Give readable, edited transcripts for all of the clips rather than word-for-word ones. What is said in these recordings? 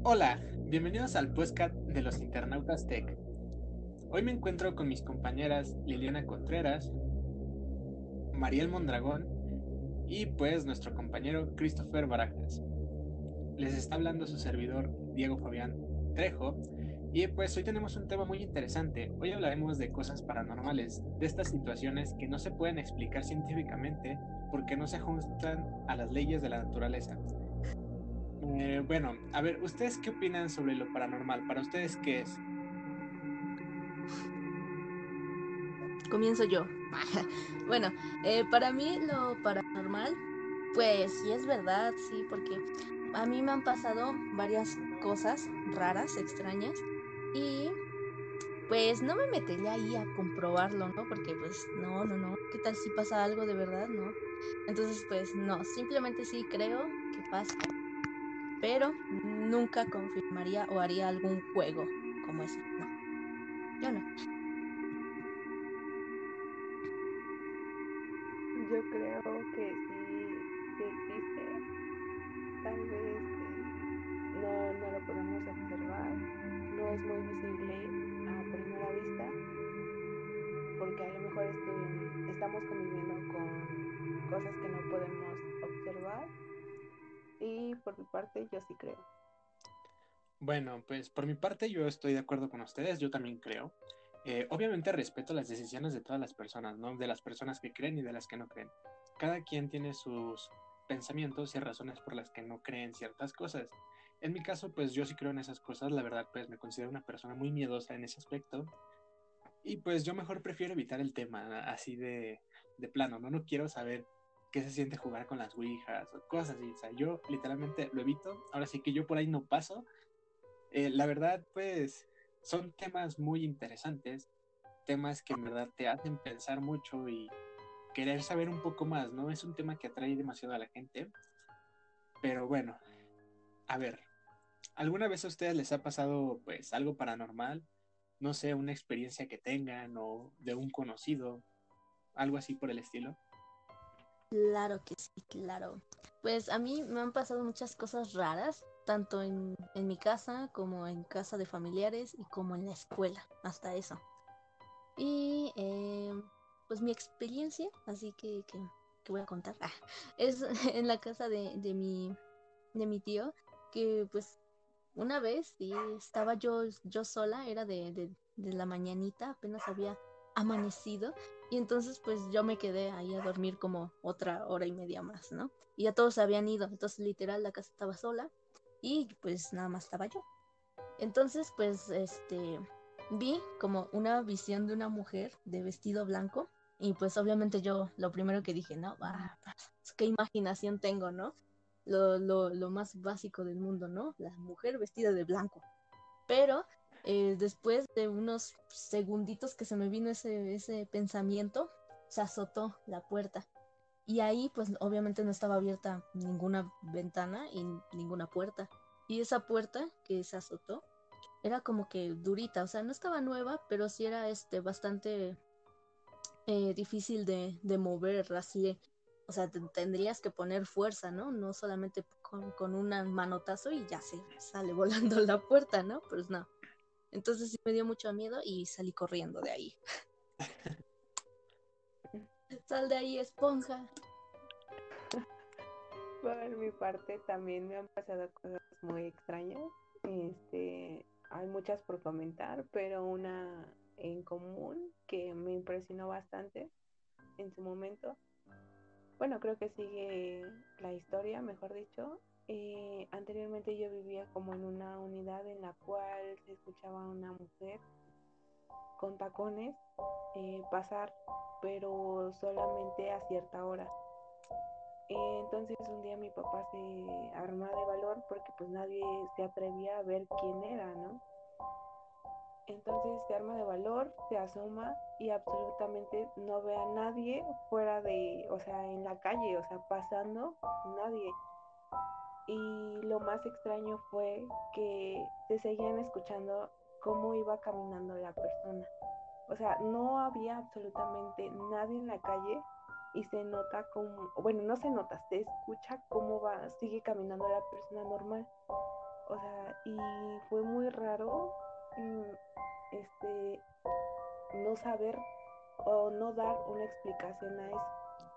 Hola, bienvenidos al podcast de los Internautas Tech. Hoy me encuentro con mis compañeras Liliana Contreras, Mariel Mondragón y pues nuestro compañero Christopher Barajas. Les está hablando su servidor Diego Fabián Trejo y pues hoy tenemos un tema muy interesante. Hoy hablaremos de cosas paranormales, de estas situaciones que no se pueden explicar científicamente porque no se ajustan a las leyes de la naturaleza. Bueno, a ver, ¿ustedes qué opinan sobre lo paranormal? ¿Para ustedes qué es? Comienzo yo. Bueno, para mí lo paranormal, pues sí es verdad, sí, porque a mí me han pasado varias cosas raras, extrañas, y pues no me metería ahí a comprobarlo, ¿no? Porque pues no, ¿qué tal si pasa algo de verdad, no? Entonces, pues no, simplemente sí creo que pasa, pero nunca confirmaría o haría algún juego como ese, no, yo no. Yo creo que sí existe, tal vez no lo podemos observar, no es muy visible a primera vista, porque a lo mejor estamos conviviendo con cosas que no podemos observar, y por mi parte yo sí creo. Bueno, pues por mi parte yo estoy de acuerdo con ustedes, yo también creo. Obviamente respeto las decisiones de todas las personas, ¿no? De las personas que creen y de las que no creen. Cada quien tiene sus pensamientos y razones por las que no creen ciertas cosas. En mi caso, pues yo sí creo en esas cosas, la verdad, pues me considero una persona muy miedosa en ese aspecto y pues yo mejor prefiero evitar el tema así de plano, ¿no? No quiero saber qué se siente jugar con las ouijas o cosas así, o sea, yo literalmente lo evito, ahora sí que yo por ahí no paso. La verdad, pues son temas muy interesantes, temas que en verdad te hacen pensar mucho y querer saber un poco más, ¿no? Es un tema que atrae demasiado a la gente, pero bueno, a ver, ¿alguna vez a ustedes les ha pasado pues algo paranormal? No sé, una experiencia que tengan o de un conocido, algo así por el estilo. Claro que sí, claro. Pues a mí me han pasado muchas cosas raras, tanto en mi casa como en casa de familiares y como en la escuela, hasta eso. Y pues mi experiencia, así que voy a contar, es en la casa de mi tío, que pues una vez sí estaba yo sola, era de la mañanita, apenas había amanecido, y entonces pues yo me quedé ahí a dormir como otra hora y media más, ¿no? Y ya todos se habían ido, entonces literal la casa estaba sola y pues nada más estaba yo. Entonces pues vi como una visión de una mujer de vestido blanco y pues obviamente yo lo primero que dije, no, pues, qué imaginación tengo, ¿no? Lo más básico del mundo, ¿no? La mujer vestida de blanco. Pero después de unos segunditos que se me vino ese pensamiento, se azotó la puerta. Y ahí, pues obviamente no estaba abierta ninguna ventana y ninguna puerta. Y esa puerta que se azotó era como que durita, o sea, no estaba nueva, pero sí era bastante difícil de mover, así, o sea, tendrías que poner fuerza, ¿no? No solamente con un manotazo y ya se sale volando la puerta, ¿no? Pues no. Entonces sí me dio mucho miedo y salí corriendo de ahí. Sal de ahí, esponja. Por mi parte también me han pasado cosas muy extrañas. Hay muchas por comentar, pero una en común que me impresionó bastante en su momento. Bueno, creo que sigue la historia, mejor dicho. Anteriormente yo vivía como en una unidad en la cual se escuchaba a una mujer con tacones pasar, pero solamente a cierta hora. Entonces un día mi papá se arma de valor porque pues nadie se atrevía a ver quién era, ¿no? Entonces se arma de valor, se asoma y absolutamente no ve a nadie fuera de, o sea, en la calle, o sea, pasando, nadie. Y lo más extraño fue que se seguían escuchando cómo iba caminando la persona. O sea, no había absolutamente nadie en la calle y se nota como, bueno, no se nota, se escucha cómo va, sigue caminando la persona normal. O sea, y fue muy raro mm, este no saber o no dar una explicación a eso.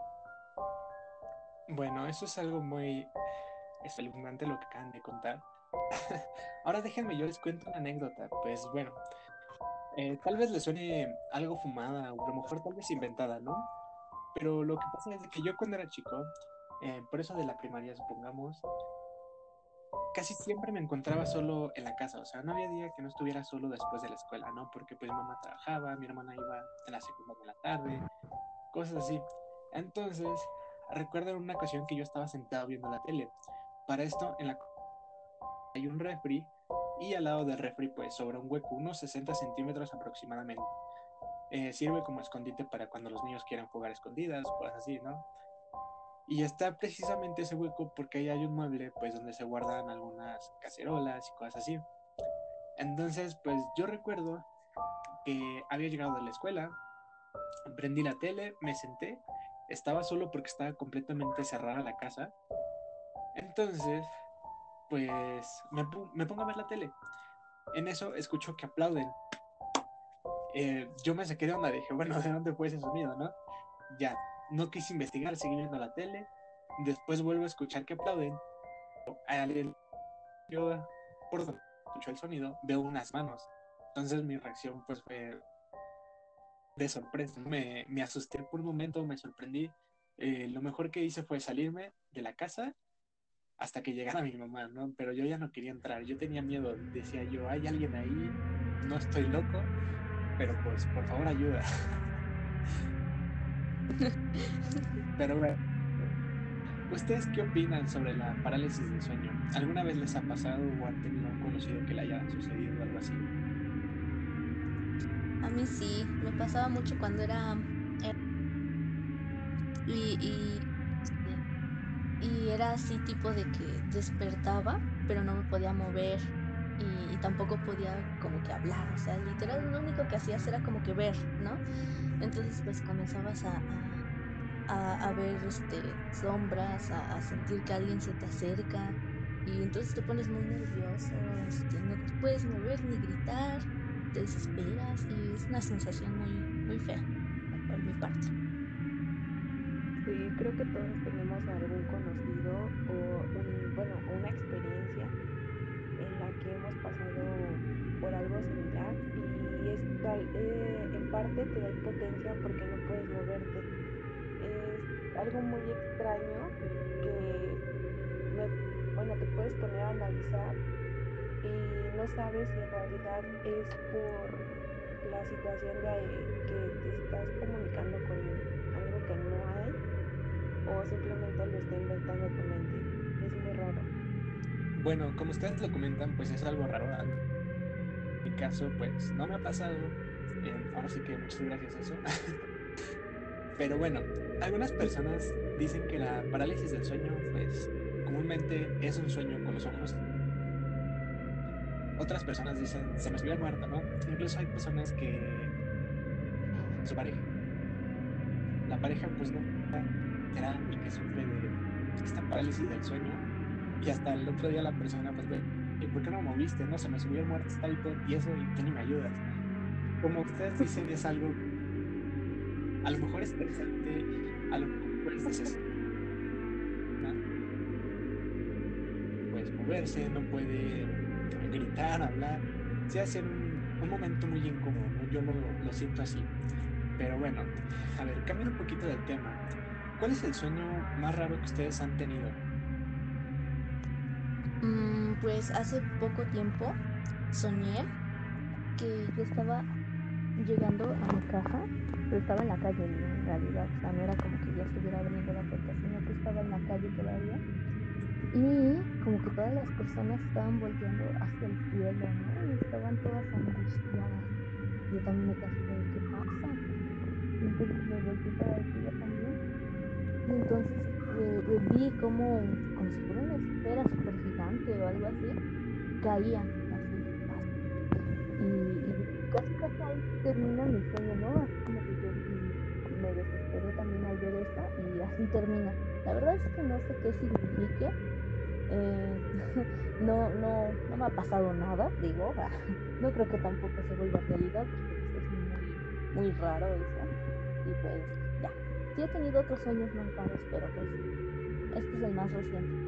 Bueno, eso es algo muy espeluznante lo que acaban de contar. Ahora déjenme, yo les cuento una anécdota. Pues bueno, tal vez les suene algo fumada o a lo mejor tal vez inventada, ¿no? Pero lo que pasa es que yo cuando era chico, por eso de la primaria, supongamos, casi siempre me encontraba solo en la casa. O sea, no había día que no estuviera solo después de la escuela, ¿no? Porque pues mi mamá trabajaba, mi hermana iba en la secundaria en la tarde, cosas así. Entonces, recuerdo en una ocasión que yo estaba sentado viendo la tele. Para esto, en la hay un refri y al lado del refri pues sobra un hueco, unos 60 centímetros aproximadamente. Sirve como escondite para cuando los niños quieran jugar escondidas, cosas así, ¿no? Y está precisamente ese hueco porque ahí hay un mueble pues donde se guardan algunas cacerolas y cosas así. Entonces pues yo recuerdo que había llegado de la escuela, prendí la tele, me senté, estaba solo porque estaba completamente cerrada la casa. Entonces pues me pongo a ver la tele. En eso escucho que aplauden. Yo me saqué de onda, dije, bueno, ¿de dónde fue ese sonido, no? Ya, no quise investigar, seguí viendo la tele, después vuelvo a escuchar que aplauden, alguien, yo, por donde escucho el sonido, veo unas manos, entonces mi reacción pues fue de sorpresa, me asusté por un momento, me sorprendí, lo mejor que hice fue salirme de la casa hasta que llegara mi mamá, ¿no? Pero yo ya no quería entrar, yo tenía miedo, decía yo, hay alguien ahí, no estoy loco, pero pues por favor ayuda. Pero bueno, ¿ustedes qué opinan sobre la parálisis del sueño? ¿Alguna vez les ha pasado o han tenido un conocido que le haya sucedido algo así? A mí sí, me pasaba mucho cuando era- y, este, y era así tipo de que despertaba, pero no me podía mover y tampoco podía como que hablar, o sea, literal lo único que hacías era como que ver, ¿no? Entonces pues comenzabas a ver sombras, a sentir que alguien se te acerca y entonces te pones muy nervioso, no te puedes mover ni gritar, te desesperas y es una sensación muy, muy fea por mi parte. Sí, creo que todos tenemos algún conocido o bueno, una experiencia en la que hemos pasado por algo similar y en parte te da impotencia porque no puedes moverte. Es algo muy extraño que me, bueno, te puedes poner a analizar y no sabes si en realidad es por la situación de que te estás comunicando con algo que no hay o simplemente lo está inventando tu mente. Es muy raro. Bueno, como ustedes lo comentan, pues es algo raro. En mi caso, pues no me ha pasado. Ahora sí que muchas gracias a eso. Pero bueno, algunas personas dicen que la parálisis del sueño, pues comúnmente es un sueño con los ojos. Otras personas dicen, se me subió el muerto, ¿no? Incluso hay personas que su pareja, la pareja pues no será y que sufre de esta parálisis del sueño. Y hasta el otro día la persona, pues, güey, ¿y por qué no moviste? No, se me subió el muerto, está ahí todo tieso y tú ni me ayudas. Como ustedes dicen, es algo a lo mejor estresante, a lo mejor es desesperante, pues moverse, no puede gritar, hablar, se hace un momento muy incómodo, ¿no? Yo lo siento así. Pero bueno, a ver, cambiando un poquito de tema, ¿cuál es el sueño más raro que ustedes han tenido? Pues hace poco tiempo soñé que yo estaba llegando a mi casa, pero estaba en la calle en realidad, o sea, no era como que ya estuviera abriendo la puerta, sino que estaba en la calle todavía. Y como que todas las personas estaban volteando hacia el cielo, ¿no? Y estaban todas angustiadas. Yo también me quedé así de, ¿qué pasa? Y entonces me volteé para decirlo también. Y entonces vi como si fuera una esfera súper gigante o algo así, caía así, ¡paz! Y casi casi ahí termina mi sueño, ¿no? Así como que yo me desesperé también al ver eso y así termina. La verdad es que no sé qué signifique. Eh, no me ha pasado nada, digo, no creo que tampoco se vuelva realidad, porque es muy raro eso. Y pues ya, sí he tenido otros sueños más raros, pero pues este es el más reciente.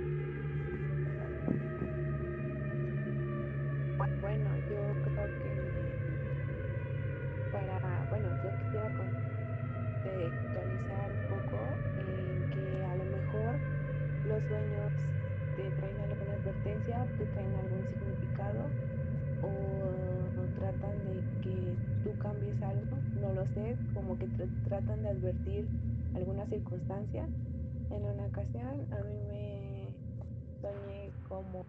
Bueno, yo creo que yo quisiera contextualizar un poco en que a lo mejor los sueños te traen alguna advertencia, te traen algún significado o tratan de que tú cambies algo, no lo sé, como que tratan de advertir alguna circunstancia. En una ocasión a mí me soñé como,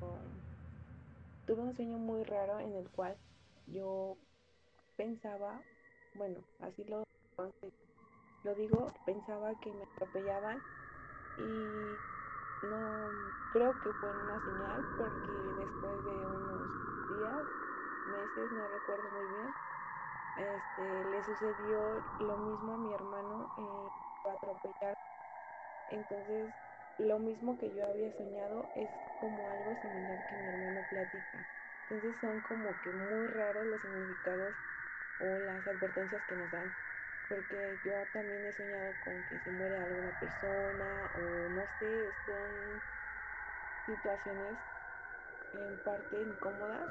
tuve un sueño muy raro en el cual yo pensaba, bueno, así lo digo, pensaba que me atropellaban y no creo que fue una señal porque después de unos días, meses, no recuerdo muy bien, le sucedió lo mismo a mi hermano, lo atropellaron. Entonces, lo mismo que yo había soñado es como algo similar que mi hermano platica. Entonces son como que muy raros los significados o las advertencias que nos dan, porque yo también he soñado con que se muere alguna persona o no sé, son situaciones en parte incómodas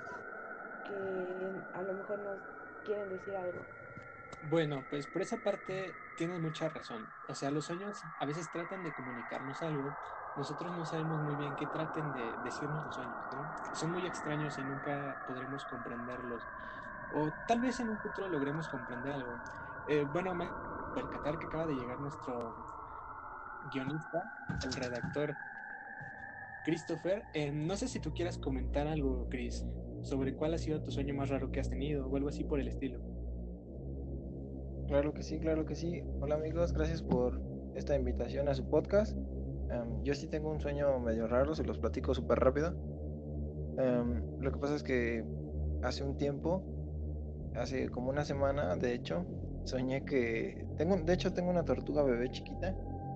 que a lo mejor nos quieren decir algo. Bueno, pues por esa parte tienes mucha razón. O sea, los sueños a veces tratan de comunicarnos algo. Nosotros no sabemos muy bien qué traten de decirnos los sueños, ¿no? Son muy extraños y nunca podremos comprenderlos. O tal vez en un futuro logremos comprender algo. Bueno, me percatar que acaba de llegar nuestro guionista, el redactor Christopher. No sé si tú quieras comentar algo, Chris, sobre cuál ha sido tu sueño más raro que has tenido o algo así por el estilo. Claro que sí, claro que sí. Hola amigos, gracias por esta invitación a su podcast. Yo sí tengo un sueño medio raro, se los platico súper rápido. Lo que pasa es que hace un tiempo, hace como una semana, de hecho, soñé que de hecho tengo una tortuga bebé chiquita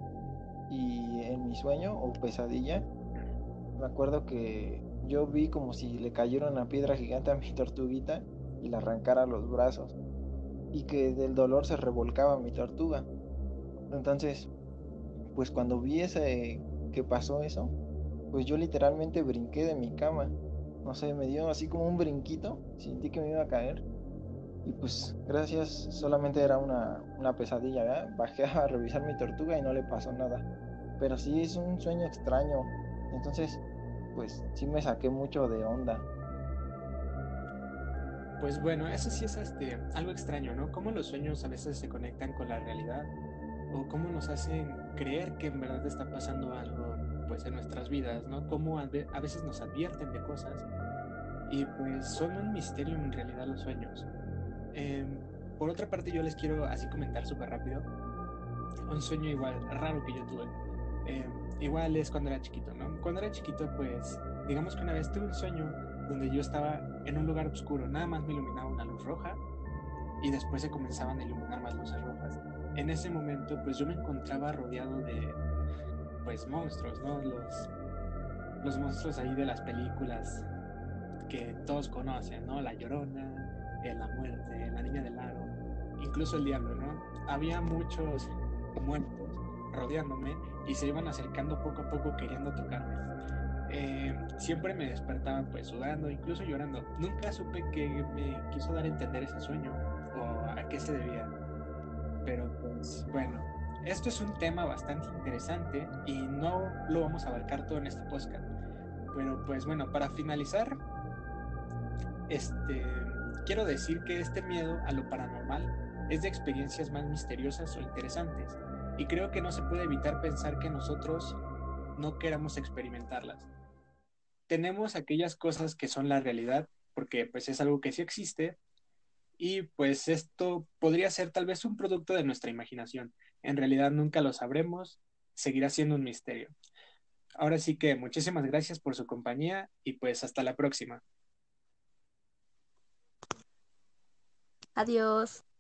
y en mi sueño o pesadilla, me acuerdo que yo vi como si le cayera una piedra gigante a mi tortuguita y la arrancara a los brazos y que del dolor se revolcaba mi tortuga. Entonces, pues cuando vi ese que pasó eso, pues yo literalmente brinqué de mi cama. No sé, me dio así como un brinquito, sentí que me iba a caer. Y pues gracias, solamente era una pesadilla, ¿verdad? Bajé a revisar mi tortuga y no le pasó nada. Pero sí es un sueño extraño. Entonces, pues sí me saqué mucho de onda. Pues bueno, eso sí es algo extraño, ¿no? Cómo los sueños a veces se conectan con la realidad o cómo nos hacen creer que en verdad está pasando algo pues en nuestras vidas, ¿no? Cómo a veces nos advierten de cosas y pues son un misterio en realidad los sueños. Eh, por otra parte yo les quiero así comentar súper rápido un sueño igual raro que yo tuve. Eh, igual es cuando era chiquito, ¿no? Cuando era chiquito pues digamos que una vez tuve un sueño donde yo estaba en un lugar oscuro, nada más me iluminaba una luz roja y después se comenzaban a iluminar más luces rojas. En ese momento, pues yo me encontraba rodeado de, pues, monstruos, ¿no? Los monstruos ahí de las películas que todos conocen, ¿no? La Llorona, la Muerte, la Niña del Aro, incluso el Diablo, ¿no? Había muchos muertos rodeándome y se iban acercando poco a poco queriendo tocarme. Siempre me despertaba pues sudando, incluso llorando. Nunca supe qué me quiso dar a entender ese sueño o a qué se debía. Pero pues bueno, esto es un tema bastante interesante y no lo vamos a abarcar todo en este podcast. Pero pues bueno, para finalizar, quiero decir que este miedo a lo paranormal es de experiencias más misteriosas o interesantes. Y creo que no se puede evitar pensar que nosotros no queramos experimentarlas. Tenemos aquellas cosas que son la realidad, porque pues es algo que sí existe, y pues esto podría ser tal vez un producto de nuestra imaginación. En realidad nunca lo sabremos, seguirá siendo un misterio. Ahora sí que muchísimas gracias por su compañía y pues hasta la próxima. Adiós.